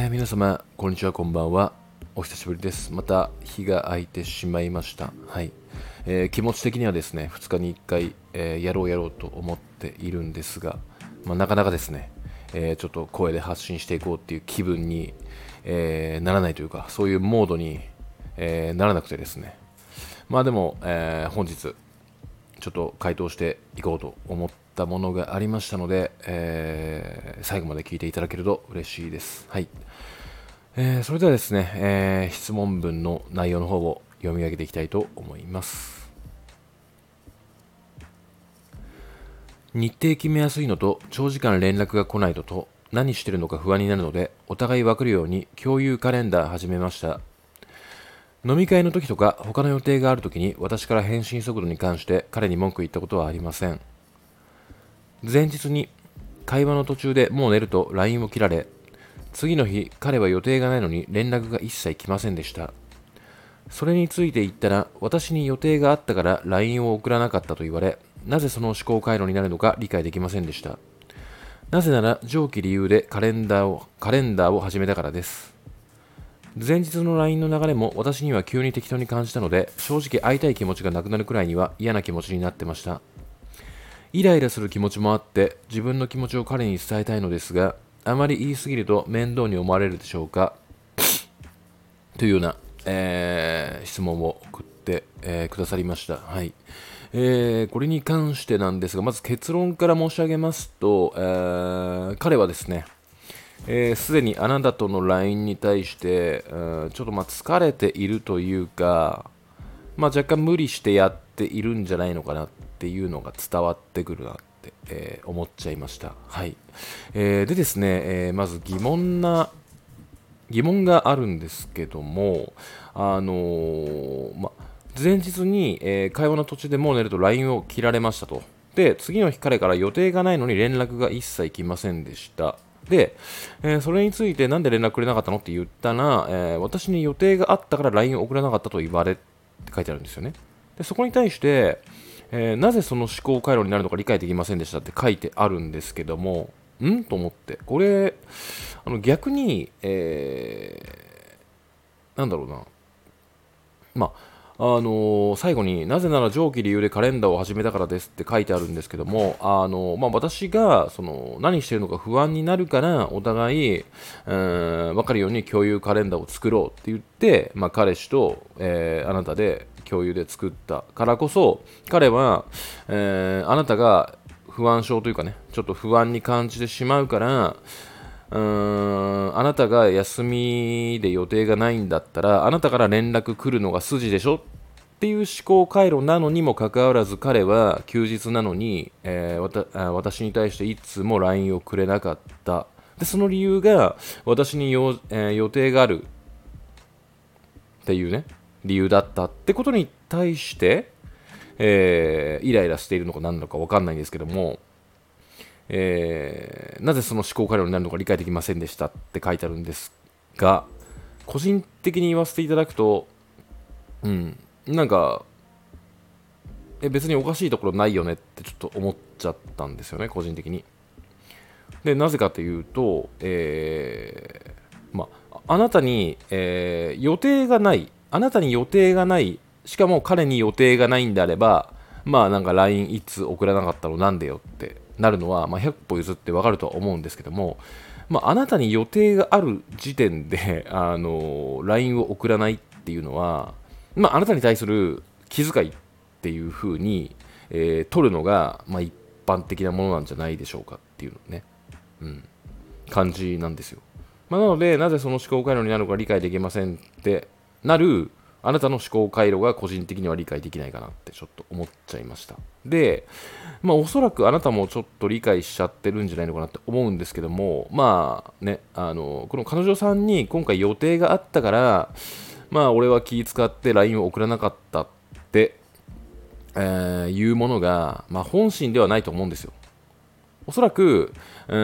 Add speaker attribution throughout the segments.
Speaker 1: 皆様、こんにちは、こんばんは。お久しぶりです。また日が空いてしまいました。はい。気持ち的にはですね、2日に1回、やろうと思っているんですが、なかなかですね、ちょっと声で発信していこうっていう気分に、ならないというか、そういうモードに、ならなくてですね。でも、本日、ちょっと回答していこうと思ったものがありましたので、最後まで聞いていただけると嬉しいです。はい。それではですね、質問文の内容の方を読み上げていきたいと思います。日程決めやすいのと長時間連絡が来ないのと何してるのか不安になるのでお互い分かるように共有カレンダー始めました。飲み会の時とか他の予定がある時に私から返信速度に関して彼に文句言ったことはありません。前日に会話の途中でもう寝ると LINE を切られ、次の日彼は予定がないのに連絡が一切来ませんでした。それについて言ったら、私に予定があったから LINE を送らなかったと言われ、なぜその思考回路になるのか理解できませんでした。なぜなら上記理由でカレンダーを始めたからです。前日の LINE の流れも私には急に適当に感じたので、正直会いたい気持ちがなくなるくらいには嫌な気持ちになってました。イライラする気持ちもあって、自分の気持ちを彼に伝えたいのですが、あまり言い過ぎると面倒に思われるでしょうかというような、質問を送って、くださりました。はい。これに関してなんですが、まず結論から申し上げますと、彼はですね、すでにあなたとの LINE に対して、ちょっと疲れているというか、若干無理してやっているんじゃないのかなっていうのが伝わってくるなって、思っちゃいました。はい。でですね、まず疑問があるんですけども、前日に、会話の途中でもう寝ると LINE を切られましたと。で、次の日彼から予定がないのに連絡が一切来ませんでした。で、それについてなんで連絡くれなかったのって言ったら、私に予定があったから LINE を送らなかったと言われって書いてあるんですよね。で、そこに対して、なぜその思考回路になるのか理解できませんでしたって書いてあるんですけども、と思って、これ、逆に、なんだろうな、最後になぜなら上記理由でカレンダーを始めたからですって書いてあるんですけども、私がその何してるのか不安になるからお互い、分かるように共有カレンダーを作ろうって言って、彼氏と、あなたで共有で作ったからこそ彼は、あなたが不安症というかね、ちょっと不安に感じてしまうから、あなたが休みで予定がないんだったら、あなたから連絡来るのが筋でしょっていう思考回路なのにもかかわらず、彼は休日なのに、私に対していつも LINE をくれなかった。で、その理由が、私に予定があるっていうね、理由だったってことに対して、イライラしているのか何なのか分かんないんですけども、なぜその思考回路になるのか理解できませんでしたって書いてあるんですが、個人的に言わせていただくと、なんか、別におかしいところないよねってちょっと思っちゃったんですよね、個人的に。で、なぜかというと、あなたに、予定がない、あなたに予定がない、しかも彼に予定がないんであれば、LINE いつ送らなかったのなんでよってなるのは、100歩譲ってわかるとは思うんですけども、あなたに予定がある時点で、LINE を送らないっていうのは、あなたに対する気遣いっていう風に、取るのが、一般的なものなんじゃないでしょうかっていうのね、感じなんですよ。なので、なぜその思考回路になるのか理解できませんってなる、あなたの思考回路が個人的には理解できないかなってちょっと思っちゃいました。で、おそらくあなたもちょっと理解しちゃってるんじゃないのかなって思うんですけども、この彼女さんに今回予定があったから、俺は気使って LINE を送らなかったって、いうものが、本心ではないと思うんですよ。おそらく、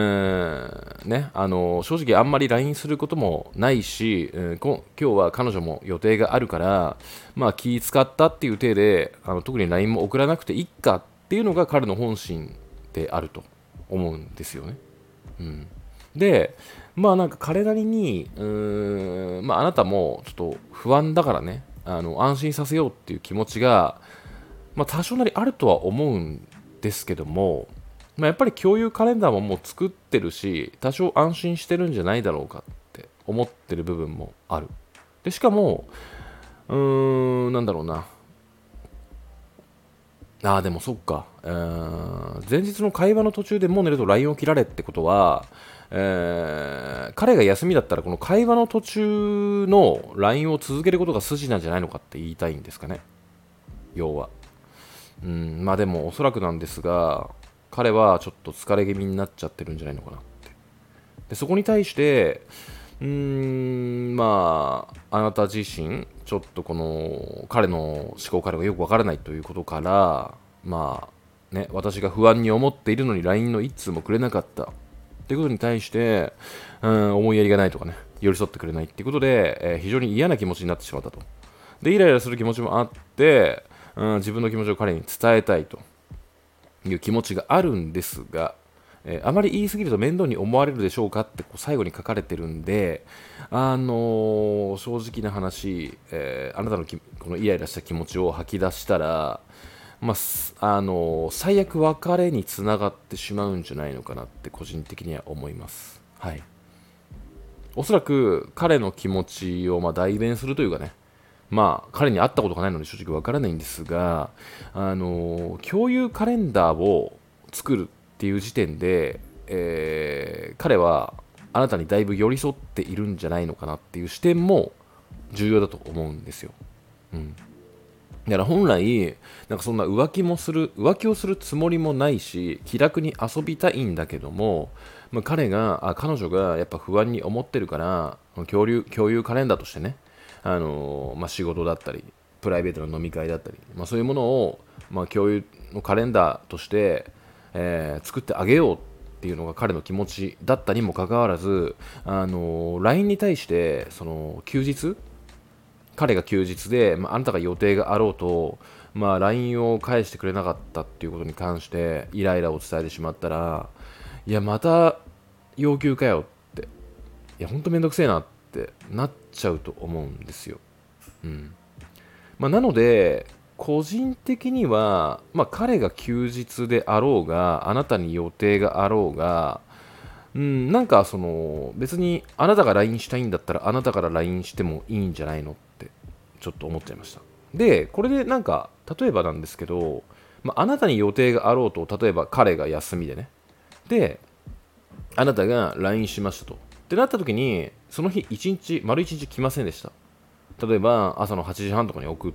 Speaker 1: 正直あんまり LINE することもないし、今日は彼女も予定があるから、気使ったっていう体で、特に LINE も送らなくていいかっていうのが彼の本心であると思うんですよね。 で、まあなんか彼なりに、まああなたもちょっと不安だからね、安心させようっていう気持ちが、まあ多少なりあるとは思うんですけども、まあやっぱり共有カレンダーももう作ってるし、多少安心してるんじゃないだろうかって思ってる部分もある。で、しかも、なんだろうな。でもそっか。前日の会話の途中でもう寝ると LINE を切られってことは、彼が休みだったらこの会話の途中の LINE を続けることが筋なんじゃないのかって言いたいんですかね。要は。まあでもおそらくなんですが、彼はちょっと疲れ気味になっちゃってるんじゃないのかなって。で、そこに対して、まあ、あなた自身、ちょっとこの彼の思考回路がよくわからないということから、まあ、ね、私が不安に思っているのに LINE の一通もくれなかったということに対して、思いやりがないとかね、寄り添ってくれないっていうことで、非常に嫌な気持ちになってしまったと。で、イライラする気持ちもあって、自分の気持ちを彼に伝えたいという気持ちがあるんですが、あまり言い過ぎると面倒に思われるでしょうかってこう最後に書かれてるんで、正直な話、あなたのこのイライラした気持ちを吐き出したら、まあ、最悪別れにつながってしまうんじゃないのかなって個人的には思います。はい。おそらく彼の気持ちを代弁するというかね、彼に会ったことがないので正直わからないんですが、共有カレンダーを作るっていう時点で、彼はあなたにだいぶ寄り添っているんじゃないのかなっていう視点も重要だと思うんですよ。うん。だから本来、なんかそんな浮気をするつもりもないし、気楽に遊びたいんだけども、彼女がやっぱ不安に思ってるから、共有カレンダーとしてね、仕事だったり、プライベートの飲み会だったり、そういうものを、共有のカレンダーとして、作ってあげようっていうのが彼の気持ちだったにもかかわらず、LINE に対して、その彼が休日で、あなたが予定があろうと、LINE を返してくれなかったっていうことに関してイライラを伝えてしまったら、いや、また要求かよって、いや、ほんとめんどくせえなってなっちゃうと思うんですよ。うん。なので、個人的には、彼が休日であろうが、あなたに予定があろうが、なんかその別にあなたが LINE したいんだったらあなたから LINE してもいいんじゃないのってちょっと思っちゃいました。で、これでなんか例えばなんですけど、あなたに予定があろうと、例えば彼が休みでね、で、あなたが LINE しましたと。ってなった時に、その日丸一日来ませんでした。例えば朝の8時半とかに送って、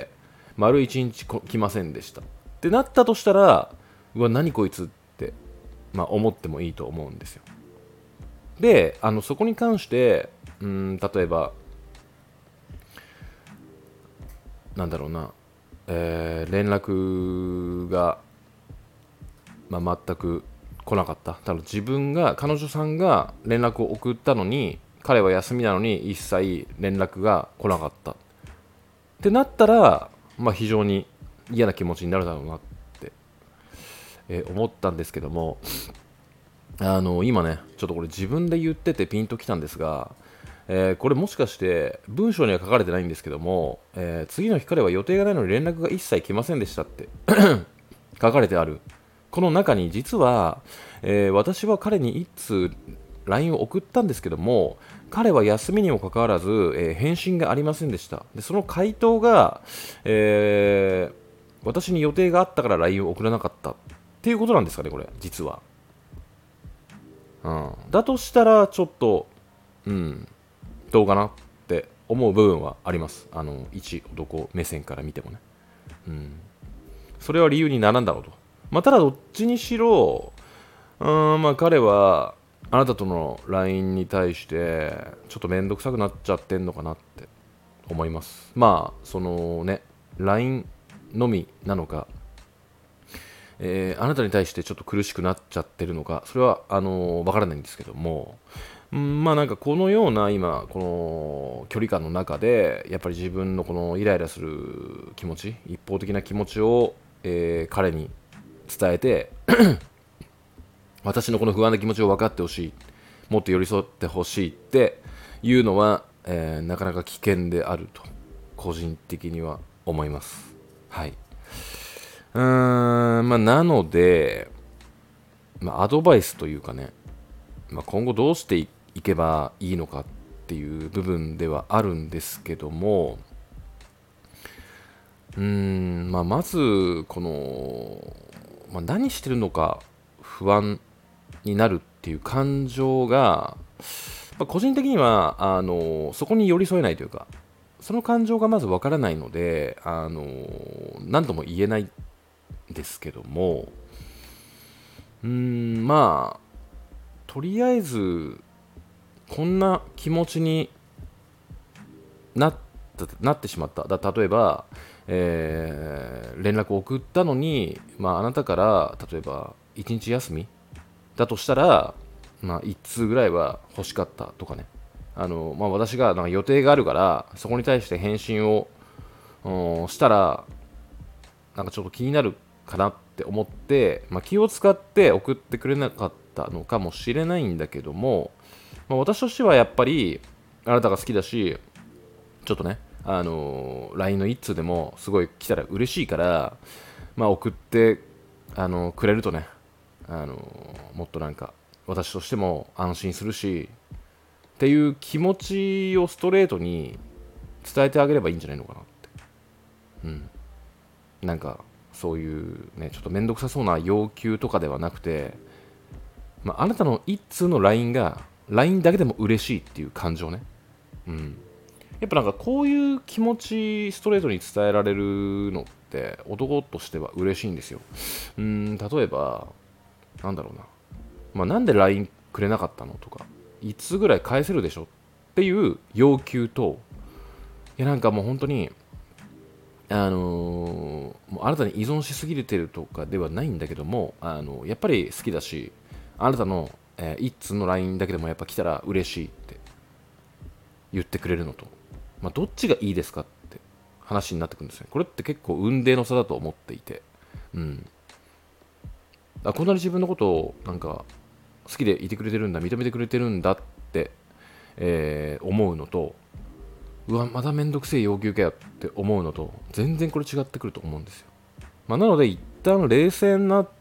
Speaker 1: 丸一日来ませんでした。ってなったとしたら、うわ、何こいつって、思ってもいいと思うんですよ。で、そこに関して、例えば、なんだろうな、連絡が、全く来なかった。彼女さんが連絡を送ったのに、彼は休みなのに一切連絡が来なかった。ってなったら、非常に嫌な気持ちになるだろうなって、思ったんですけども、今ね、ちょっとこれ自分で言っててピンときたんですが、これもしかして文章には書かれてないんですけども、次の日彼は予定がないのに連絡が一切来ませんでしたって書かれてある。この中に実は、私は彼に一通 LINE を送ったんですけども、彼は休みにもかかわらず、返信がありませんでした。で、その回答が、私に予定があったから LINE を送らなかったっていうことなんですかね、これ、実は。だとしたら、ちょっと、どうかなって思う部分はあります。一男目線から見てもね。それは理由にならんだろうと。ただどっちにしろ、彼はあなたとの LINE に対してちょっとめんどくさくなっちゃってんのかなって思います。そのね、LINE のみなのか、あなたに対してちょっと苦しくなっちゃってるのか、それはわからないんですけども、なんかこのような今この距離感の中でやっぱり自分のこのイライラする気持ち、一方的な気持ちを、彼に伝えて私のこの不安な気持ちを分かってほしい、 もっと寄り添ってほしいっていうのは、なかなか危険であると個人的には思います。はい。なので、アドバイスというかね、今後どうしていけばいいのかっていう部分ではあるんですけども、まずこの、何してるのか不安になるっていう感情が、個人的にはそこに寄り添えないというか、その感情がまずわからないので、何とも言えないんですけども、とりあえずこんな気持ちになってしまった。例えば、連絡を送ったのに、あなたから例えば1日休みだとしたら、1通ぐらいは欲しかったとかね。私がなんか予定があるからそこに対して返信をしたらなんかちょっと気になるかなって思って、気を使って送ってくれなかったのかもしれないんだけども、私としてはやっぱりあなたが好きだし、ちょっとね、LINE の一通でもすごい来たら嬉しいから、送ってくれるとね、もっとなんか私としても安心するしっていう気持ちをストレートに伝えてあげればいいんじゃないのかなって。なんかそういうね、ちょっと面倒くさそうな要求とかではなくて、あなたの一通の LINE が LINE だけでも嬉しいっていう感情ね。やっぱなんかこういう気持ちストレートに伝えられるのって男としては嬉しいんですよ。例えばなんだろうな、なんで LINE くれなかったのとか、いつぐらい返せるでしょっていう要求と、いやなんかもう本当にもうあなたに依存しすぎてるとかではないんだけども、やっぱり好きだし、あなたの、一通の LINE だけでもやっぱ来たら嬉しいって言ってくれるのと、どっちがいいですかって話になってくるんですね。これって結構運命の差だと思っていて、こんなに自分のことをなんか好きでいてくれてるんだ、認めてくれてるんだって、思うのと、うわまだめんどくせえ要求かよって思うのと全然これ違ってくると思うんですよ。なので一旦冷静になって、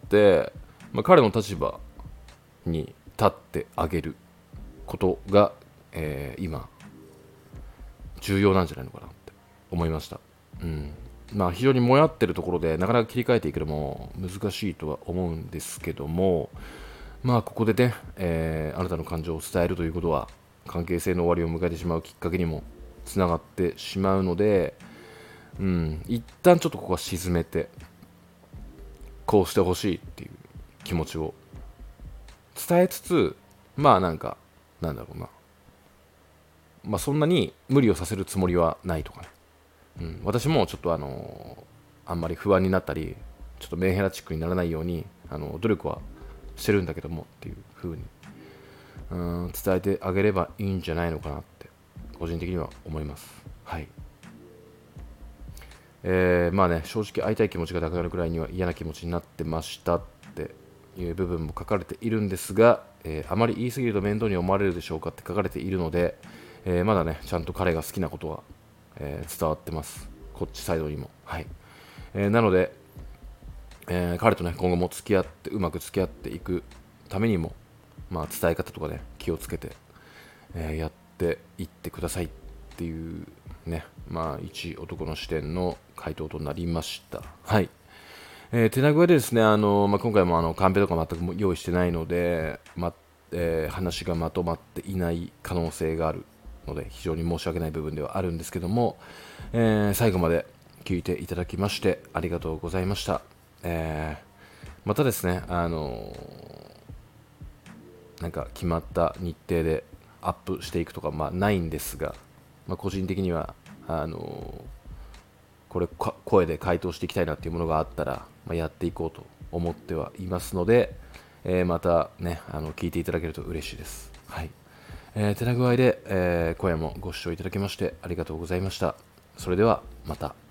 Speaker 1: 彼の立場に立ってあげることが、今重要なんじゃないのかなって思いました。非常にもやってるところでなかなか切り替えていくのも難しいとは思うんですけども、ここでね、あなたの感情を伝えるということは関係性の終わりを迎えてしまうきっかけにもつながってしまうので、一旦ちょっとここは沈めて、こうしてほしいっていう気持ちを伝えつつ、なんだろうな、そんなに無理をさせるつもりはないとかね。私もちょっとあんまり不安になったり、ちょっとメンヘラチックにならないように努力はしてるんだけどもっていう風に伝えてあげればいいんじゃないのかなって個人的には思います。はい。正直会いたい気持ちがなくなるくらいには嫌な気持ちになってましたっていう部分も書かれているんですが、あまり言い過ぎると面倒に思われるでしょうかって書かれているので、まだねちゃんと彼が好きなことは、伝わってます、こっちサイドにも。はい。なので、彼とね今後も付き合ってうまく付き合っていくためにも、伝え方とかね気をつけて、やっていってくださいっていうね、一男の視点の回答となりました。はい。手な具合でですね、今回もカンペとか全く用意してないので、話がまとまっていない可能性があるので非常に申し訳ない部分ではあるんですけども、最後まで聞いていただきましてありがとうございました。またですね、なんか決まった日程でアップしていくとかないんですが、個人的にはこれ声で回答していきたいなっていうものがあったら、やっていこうと思ってはいますので、またね聞いていただけると嬉しいです。はい。手な具合で、今夜もご視聴いただきましてありがとうございました。それではまた。